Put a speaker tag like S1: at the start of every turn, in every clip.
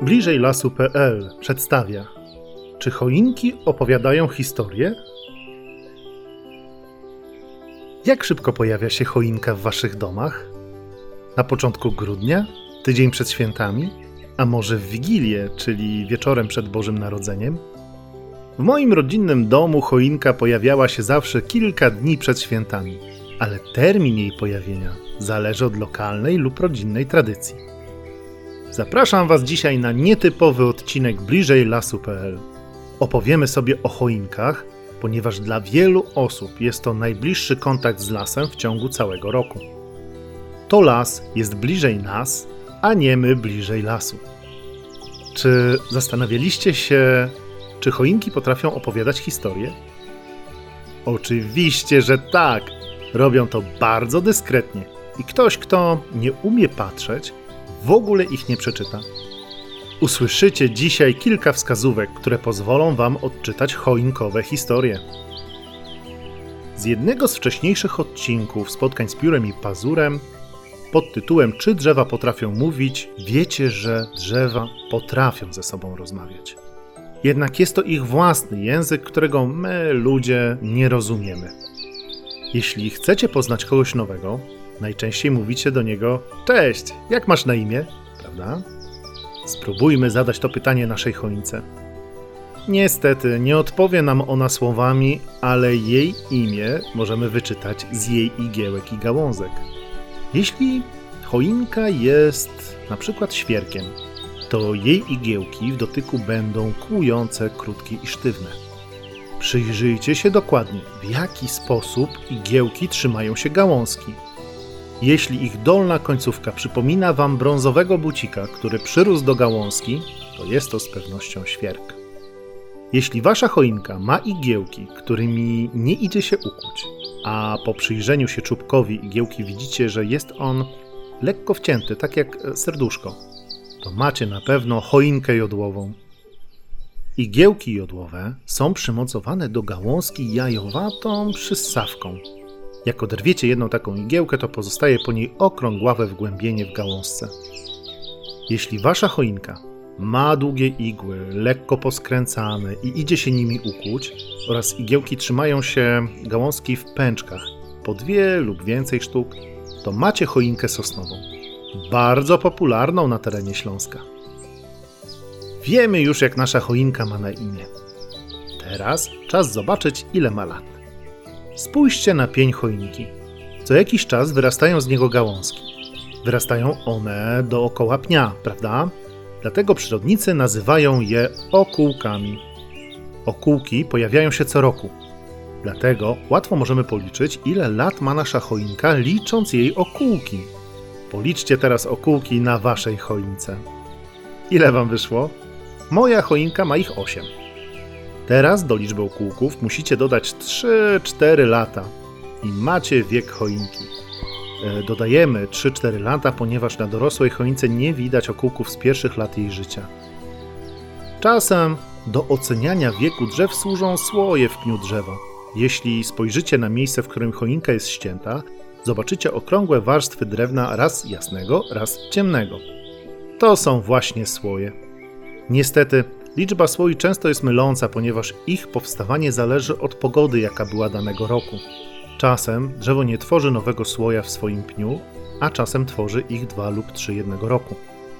S1: Bliżej lasu.pl przedstawia: czy choinki opowiadają historię? Jak szybko pojawia się choinka w waszych domach? Na początku grudnia? Tydzień przed świętami? A może w Wigilię, czyli wieczorem przed Bożym Narodzeniem? W moim rodzinnym domu choinka pojawiała się zawsze kilka dni przed świętami, ale termin jej pojawienia zależy od lokalnej lub rodzinnej tradycji. Zapraszam was dzisiaj na nietypowy odcinek Bliżej lasu.pl. Opowiemy sobie o choinkach, ponieważ dla wielu osób jest to najbliższy kontakt z lasem w ciągu całego roku. To las jest bliżej nas, a nie my bliżej lasu. Czy zastanawialiście się, czy choinki potrafią opowiadać historię? Oczywiście, że tak! Robią to bardzo dyskretnie i ktoś, kto nie umie patrzeć, w ogóle ich nie przeczyta. Usłyszycie dzisiaj kilka wskazówek, które pozwolą wam odczytać choinkowe historie. Z jednego z wcześniejszych odcinków spotkań z piórem i pazurem pod tytułem Czy drzewa potrafią mówić, wiecie, że drzewa potrafią ze sobą rozmawiać. Jednak jest to ich własny język, którego my, ludzie, nie rozumiemy. Jeśli chcecie poznać kogoś nowego, najczęściej mówicie do niego: cześć, jak masz na imię? Prawda? Spróbujmy zadać to pytanie naszej choince. Niestety, nie odpowie nam ona słowami, ale jej imię możemy wyczytać z jej igiełek i gałązek. Jeśli choinka jest na przykład świerkiem, to jej igiełki w dotyku będą kłujące, krótkie i sztywne. Przyjrzyjcie się dokładnie, w jaki sposób igiełki trzymają się gałązki. Jeśli ich dolna końcówka przypomina wam brązowego bucika, który przyrósł do gałązki, to jest to z pewnością świerk. Jeśli wasza choinka ma igiełki, którymi nie idzie się ukuć, a po przyjrzeniu się czubkowi igiełki widzicie, że jest on lekko wcięty, tak jak serduszko, to macie na pewno choinkę jodłową. Igiełki jodłowe są przymocowane do gałązki jajowatą przyssawką. Jak oderwiecie jedną taką igiełkę, to pozostaje po niej okrągławe wgłębienie w gałązce. Jeśli wasza choinka ma długie igły, lekko poskręcane i idzie się nimi ukuć oraz igiełki trzymają się gałązki w pęczkach, po 2 lub więcej sztuk, to macie choinkę sosnową, bardzo popularną na terenie Śląska. Wiemy już, jak nasza choinka ma na imię. Teraz czas zobaczyć, ile ma lat. Spójrzcie na pień choinki. Co jakiś czas wyrastają z niego gałązki. Wyrastają one dookoła pnia, prawda? Dlatego przyrodnicy nazywają je okółkami. Okółki pojawiają się co roku. Dlatego łatwo możemy policzyć, ile lat ma nasza choinka, licząc jej okółki. Policzcie teraz okółki na waszej choince. Ile wam wyszło? Moja choinka ma ich 8. Teraz do liczby okółków musicie dodać 3-4 lata i macie wiek choinki. Dodajemy 3-4 lata, ponieważ na dorosłej choince nie widać okółków z pierwszych lat jej życia. Czasem do oceniania wieku drzew służą słoje w pniu drzewa. Jeśli spojrzycie na miejsce, w którym choinka jest ścięta, zobaczycie okrągłe warstwy drewna, raz jasnego, raz ciemnego. To są właśnie słoje. Niestety, liczba słoi często jest myląca, ponieważ ich powstawanie zależy od pogody, jaka była danego roku. Czasem drzewo nie tworzy nowego słoja w swoim pniu, a czasem tworzy ich 2 lub 3 jednego roku.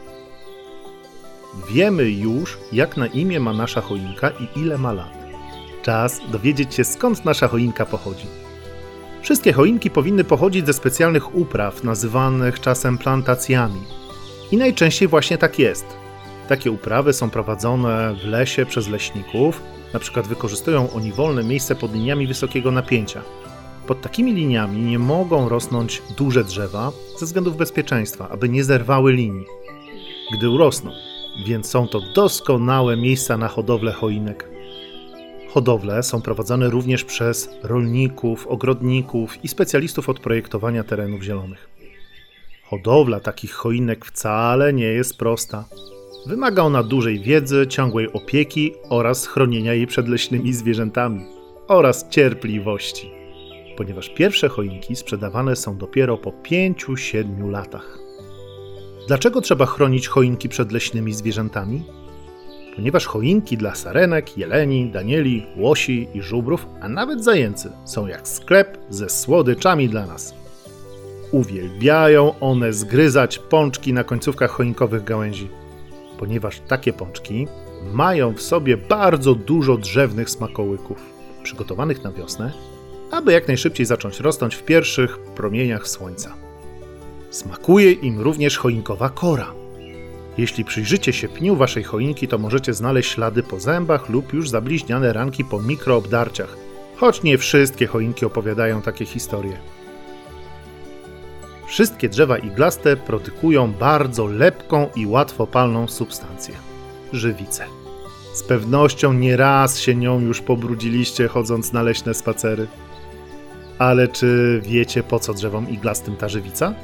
S1: Wiemy już, jak na imię ma nasza choinka i ile ma lat. Czas dowiedzieć się, skąd nasza choinka pochodzi. Wszystkie choinki powinny pochodzić ze specjalnych upraw, nazywanych czasem plantacjami. I najczęściej właśnie tak jest. Takie uprawy są prowadzone w lesie przez leśników, na przykład wykorzystują oni wolne miejsce pod liniami wysokiego napięcia. Pod takimi liniami nie mogą rosnąć duże drzewa ze względów bezpieczeństwa, aby nie zerwały linii, gdy urosną, więc są to doskonałe miejsca na hodowlę choinek. Hodowle są prowadzone również przez rolników, ogrodników i specjalistów od projektowania terenów zielonych. Hodowla takich choinek wcale nie jest prosta. Wymaga ona dużej wiedzy, ciągłej opieki oraz chronienia jej przed leśnymi zwierzętami oraz cierpliwości, ponieważ pierwsze choinki sprzedawane są dopiero po 5-7 latach. Dlaczego trzeba chronić choinki przed leśnymi zwierzętami? Ponieważ choinki dla sarenek, jeleni, danieli, łosi i żubrów, a nawet zajęcy są jak sklep ze słodyczami dla nas. Uwielbiają one zgryzać pączki na końcówkach choinkowych gałęzi, ponieważ takie pączki mają w sobie bardzo dużo drzewnych smakołyków, przygotowanych na wiosnę, aby jak najszybciej zacząć rosnąć w pierwszych promieniach słońca. Smakuje im również choinkowa kora. Jeśli przyjrzycie się pniu waszej choinki, to możecie znaleźć ślady po zębach lub już zabliźniane ranki po mikroobdarciach, choć nie wszystkie choinki opowiadają takie historie. Wszystkie drzewa iglaste produkują bardzo lepką i łatwopalną substancję – żywicę. Z pewnością nie raz się nią już pobrudziliście, chodząc na leśne spacery. Ale czy wiecie, po co drzewom iglastym ta żywica?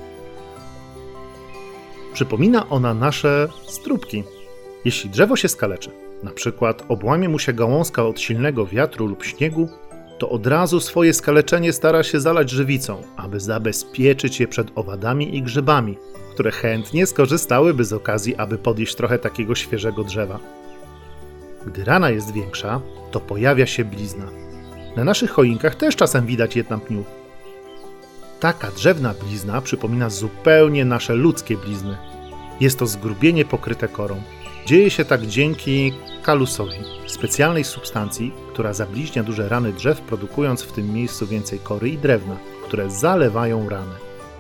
S1: Przypomina ona nasze stróbki. Jeśli drzewo się skaleczy, na przykład obłamie mu się gałązka od silnego wiatru lub śniegu, to od razu swoje skaleczenie stara się zalać żywicą, aby zabezpieczyć je przed owadami i grzybami, które chętnie skorzystałyby z okazji, aby podjeść trochę takiego świeżego drzewa. Gdy rana jest większa, to pojawia się blizna. Na naszych choinkach też czasem widać je na pniu. Taka drzewna blizna przypomina zupełnie nasze ludzkie blizny. Jest to zgrubienie pokryte korą. Dzieje się tak dzięki kalusowi, specjalnej substancji, która zabliźnia duże rany drzew, produkując w tym miejscu więcej kory i drewna, które zalewają ranę.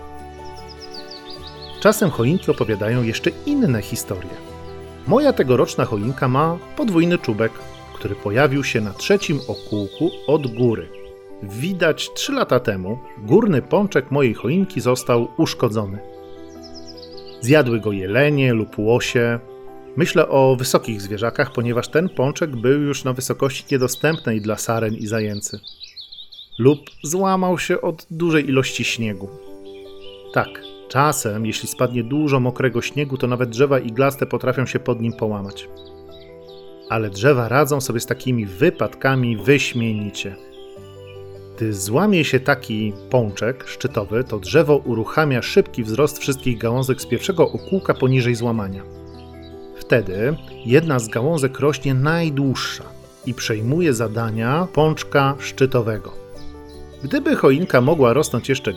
S1: Czasem choinki opowiadają jeszcze inne historie. Moja tegoroczna choinka ma podwójny czubek, który pojawił się na 3. okółku od góry. Widać 3 lata temu górny pączek mojej choinki został uszkodzony. Zjadły go jelenie lub łosie. Myślę o wysokich zwierzakach, ponieważ ten pączek był już na wysokości niedostępnej dla saren i zajęcy. Lub złamał się od dużej ilości śniegu. Tak, czasem, jeśli spadnie dużo mokrego śniegu, to nawet drzewa iglaste potrafią się pod nim połamać. Ale drzewa radzą sobie z takimi wypadkami wyśmienicie. Gdy złamie się taki pączek szczytowy, to drzewo uruchamia szybki wzrost wszystkich gałązek z pierwszego okółka poniżej złamania. Wtedy jedna z gałązek rośnie najdłuższa i przejmuje zadania pączka szczytowego. Gdyby choinka mogła rosnąć jeszcze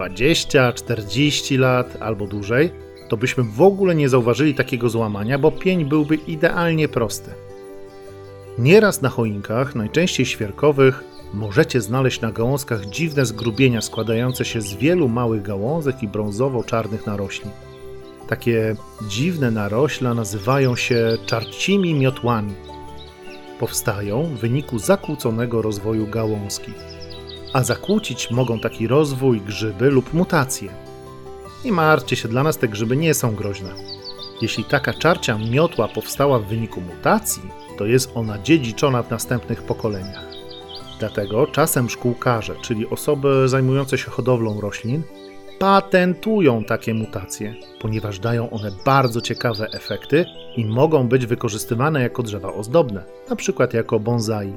S1: 20-40 lat albo dłużej, to byśmy w ogóle nie zauważyli takiego złamania, bo pień byłby idealnie prosty. Nieraz na choinkach, najczęściej świerkowych, możecie znaleźć na gałązkach dziwne zgrubienia składające się z wielu małych gałązek i brązowo-czarnych narośli. Takie dziwne narośla nazywają się czarcimi miotłami. Powstają w wyniku zakłóconego rozwoju gałązki. A zakłócić mogą taki rozwój grzyby lub mutacje. Nie martwcie się, dla nas te grzyby nie są groźne. Jeśli taka czarcia miotła powstała w wyniku mutacji, to jest ona dziedziczona w następnych pokoleniach. Dlatego czasem szkółkarze, czyli osoby zajmujące się hodowlą roślin, patentują takie mutacje, ponieważ dają one bardzo ciekawe efekty i mogą być wykorzystywane jako drzewa ozdobne, np. jako bonsai.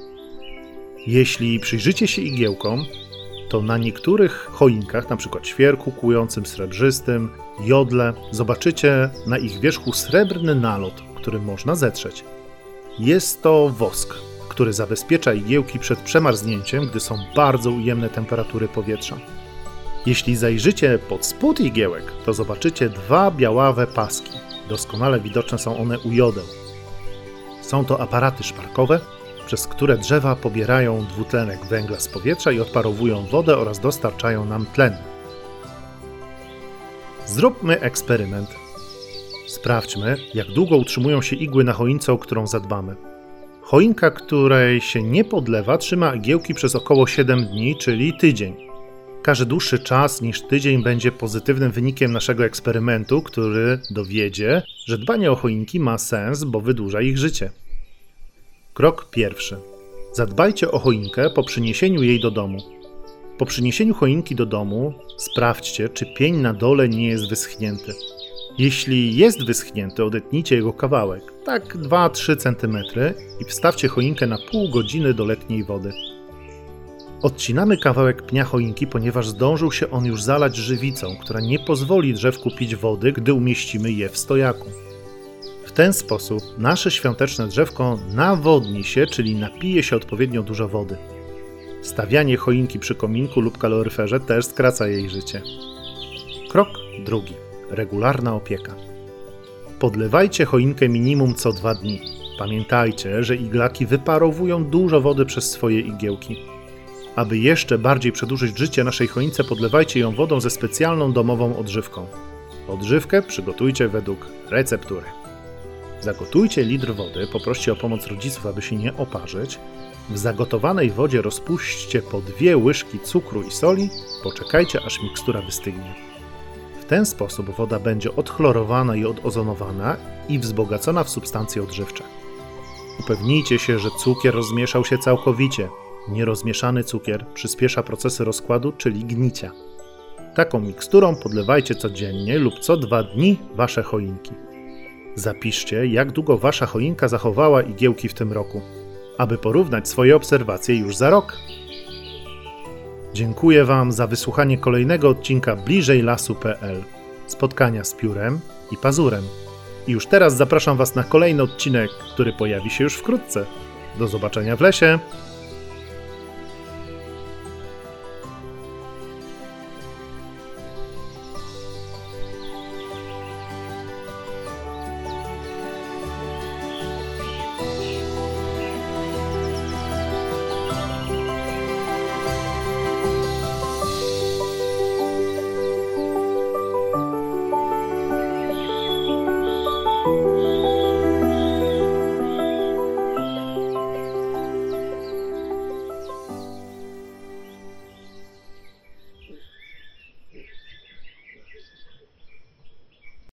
S1: Jeśli przyjrzycie się igiełkom, to na niektórych choinkach, np. świerku kłującym srebrzystym, jodle, zobaczycie na ich wierzchu srebrny nalot, który można zetrzeć. Jest to wosk, który zabezpiecza igiełki przed przemarznięciem, gdy są bardzo ujemne temperatury powietrza. Jeśli zajrzycie pod spód igiełek, to zobaczycie 2 białawe paski. Doskonale widoczne są one u jodeł. Są to aparaty szparkowe, przez które drzewa pobierają dwutlenek węgla z powietrza i odparowują wodę oraz dostarczają nam tlen. Zróbmy eksperyment. Sprawdźmy, jak długo utrzymują się igły na choince, o którą zadbamy. Choinka, której się nie podlewa, trzyma igiełki przez około 7 dni, czyli tydzień. Każdy dłuższy czas niż tydzień będzie pozytywnym wynikiem naszego eksperymentu, który dowiedzie, że dbanie o choinki ma sens, bo wydłuża ich życie. Krok 1. Zadbajcie o choinkę po przyniesieniu jej do domu. Po przyniesieniu choinki do domu sprawdźcie, czy pień na dole nie jest wyschnięty. Jeśli jest wyschnięty, odetnijcie jego kawałek, tak 2-3 cm i wstawcie choinkę na pół godziny do letniej wody. Odcinamy kawałek pnia choinki, ponieważ zdążył się on już zalać żywicą, która nie pozwoli drzewku pić wody, gdy umieścimy je w stojaku. W ten sposób nasze świąteczne drzewko nawodni się, czyli napije się odpowiednio dużo wody. Stawianie choinki przy kominku lub kaloryferze też skraca jej życie. Krok drugi. Regularna opieka. Podlewajcie choinkę minimum co 2 dni. Pamiętajcie, że iglaki wyparowują dużo wody przez swoje igiełki. Aby jeszcze bardziej przedłużyć życie naszej choince, podlewajcie ją wodą ze specjalną domową odżywką. Odżywkę przygotujcie według receptury. Zagotujcie litr wody, poproście o pomoc rodziców, aby się nie oparzyć. W zagotowanej wodzie rozpuśćcie po 2 łyżki cukru i soli, poczekajcie aż mikstura wystygnie. W ten sposób woda będzie odchlorowana i odozonowana i wzbogacona w substancje odżywcze. Upewnijcie się, że cukier rozmieszał się całkowicie. Nierozmieszany cukier przyspiesza procesy rozkładu, czyli gnicia. Taką miksturą podlewajcie codziennie lub co 2 dni wasze choinki. Zapiszcie, jak długo wasza choinka zachowała igiełki w tym roku, aby porównać swoje obserwacje już za rok. Dziękuję wam za wysłuchanie kolejnego odcinka Bliżej Lasu.pl. Spotkania z piórem i pazurem. I już teraz zapraszam was na kolejny odcinek, który pojawi się już wkrótce. Do zobaczenia w lesie!